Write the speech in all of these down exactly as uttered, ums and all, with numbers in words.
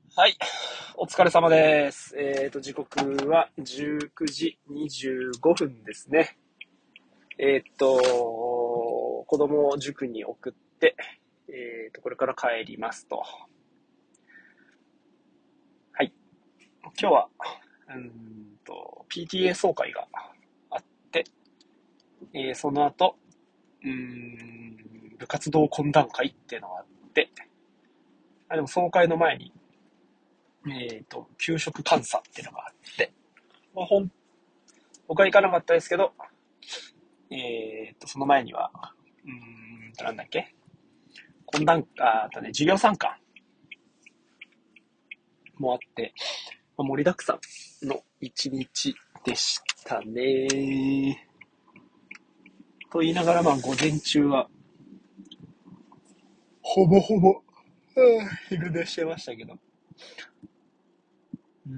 はい。お疲れ様です。えっと、時刻はじゅうくじにじゅうごふんですね。えっと、子供を塾に送って、えっと、これから帰りますと。はい。今日は、うーんと、ピーティーエー 総会があって、えーその後、うーん、部活動懇談会っていうのがあって、あ、でも総会の前に、えっと、給食監査っていうのがあって、まあ、ほん、僕は行かなかったですけど、えーっと、その前には、うーんと、なんだっけ懇談、ああとね、授業参観もあって、まあ、盛りだくさんの一日でしたね。と言いながら、まあ、午前中は、ほぼほぼ、昼寝してましたけど。うん。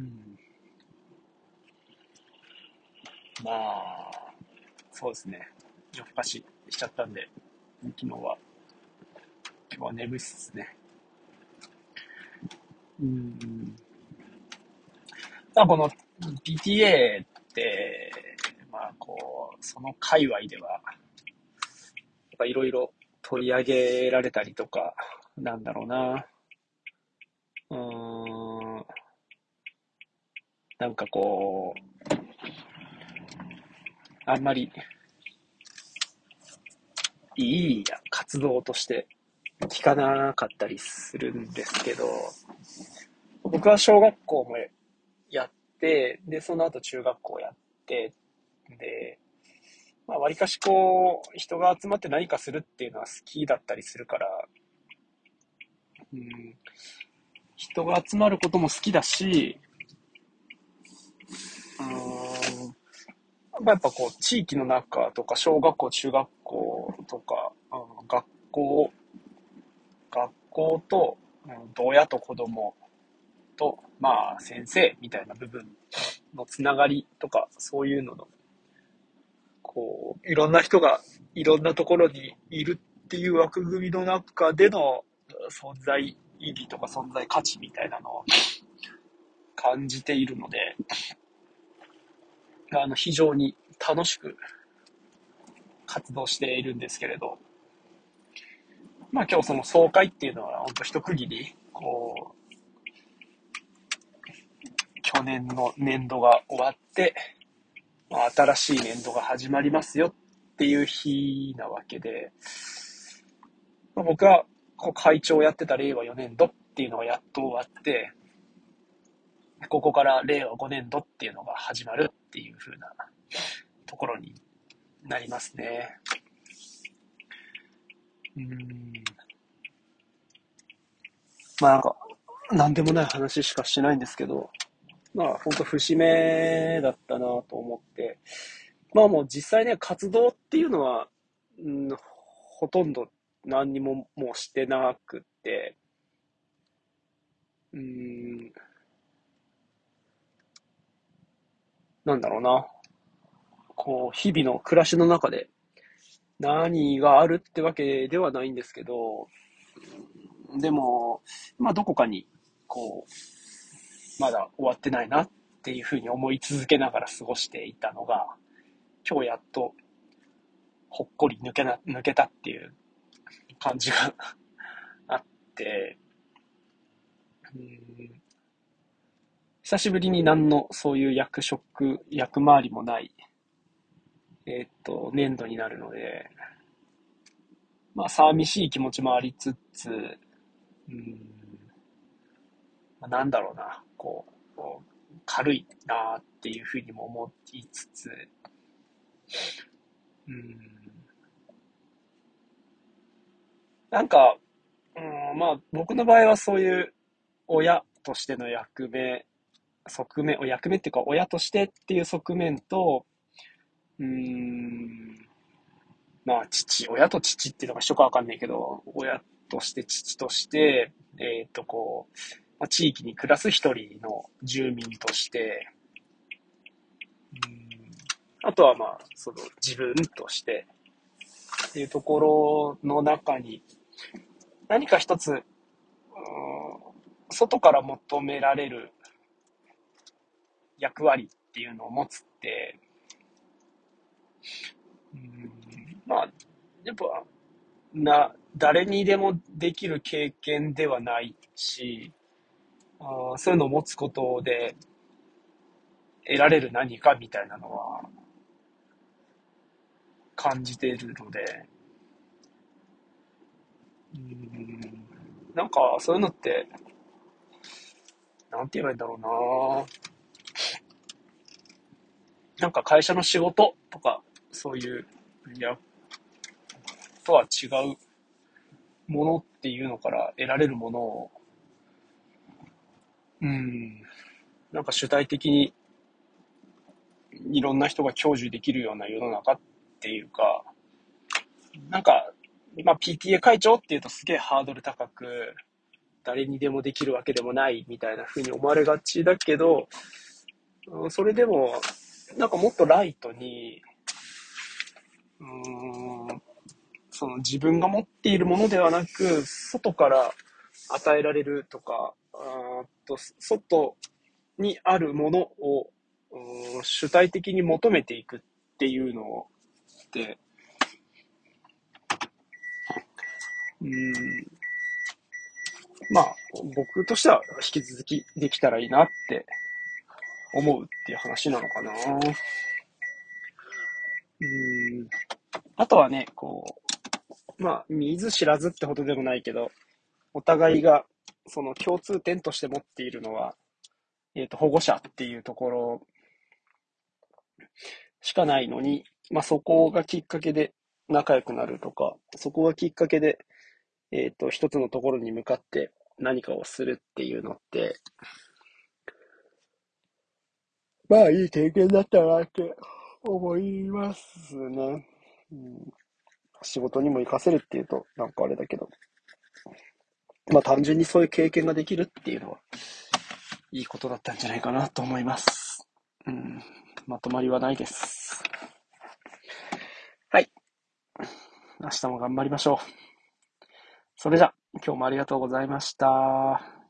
まあ、そうですね。夜更かししちゃったんで、昨日は、今日は眠いっすね。うん。まあ、この ピーティーエー って、まあ、こう、その界隈では、いろいろ取り上げられたりとか、なんだろうな。うーん、なんかこう、あんまりいい活動として聞かなかったりするんですけど、僕は小学校もやって、で、その後中学校やって、で、まあ、割かしこう、人が集まって何かするっていうのは好きだったりするから、うん、人が集まることも好きだし、うーん、やっぱこう、地域の中とか、小学校、中学校とか、うん、学校、学校と、うん、親と子供と、まあ、先生みたいな部分のつながりとか、そういうのの、こう、いろんな人がいろんなところにいるっていう枠組みの中での存在意義とか存在価値みたいなのを感じているので、あの、非常に楽しく活動しているんですけれど、まあ今日その総会っていうのは本当一区切り、こう、去年の年度が終わって、まあ、新しい年度が始まりますよっていう日なわけで、まあ、僕はこう会長をやってた令和よねん度っていうのがやっと終わって、ここから令和ごねん度っていうのが始まるっていう風なところになりますね。うーん。まあなんか、なんでもない話しかしてないんですけど、まあ本当節目だったなと思って、まあもう実際ね、活動っていうのは、うん、ほとんど何にももうしてなくって、うん、なんだろうな、こう、日々の暮らしの中で何があるってわけではないんですけど、でも、まあどこかに、こう、まだ終わってないなっていうふうに思い続けながら過ごしていたのが、今日やっとほっこり抜けな、抜けたっていう感じがあって、うん、久しぶりに何のそういう役職、役回りもない、えーっと、年度になるので、まあ、寂しい気持ちもありつつ、うん、まあ、なんだろうな、こう、こう軽いなっていうふうにも思いつつ、うん、なんか、うん、まあ、僕の場合はそういう親としての役目、側面、役目っていうか、親としてっていう側面と、うーん、まあ、父、親と父っていうのが一緒かわかんないけど、親として父として、えっと、こう、まあ、地域に暮らす一人の住民として、うん、あとはまあ、その自分としてっていうところの中に、何か一つ、うん、 外から求められる役割っていうのを持つって、うん、まあ、やっぱ、な、誰にでもできる経験ではないし、あーそういうのを持つことで得られる何かみたいなのは感じているので、うん、なんかそういうのって、なんて言えばいいんだろうな。なんか会社の仕事とか、そういう、いや、とは違うものっていうのから得られるものを、うん、なんか主体的にいろんな人が享受できるような世の中っていうか、なんか、まあ ピーティーエー 会長っていうとすげえハードル高く、誰にでもできるわけでもないみたいな風に思われがちだけど、それでも、なんかもっとライトに、うーん、その自分が持っているものではなく、外から与えられるとか、あと外にあるものを主体的に求めていくっていうのって、うん、まあ、僕としては引き続きできたらいいなって思うっていう話なのかな。うん、あとはね、こう、まあ、見ず知らずってほどでもないけど、お互いがその共通点として持っているのは、えっと、保護者っていうところしかないのに、まあ、そこがきっかけで仲良くなるとか、そこがきっかけで、えっと、一つのところに向かって何かをするっていうのって、まあ、いい経験だったなって思いますね。うん、仕事にも活かせるっていうと、なんかあれだけど、まあ、単純にそういう経験ができるっていうのは、いいことだったんじゃないかなと思います。うん、まとまりはないです。はい。明日も頑張りましょう。それじゃ、今日もありがとうございました。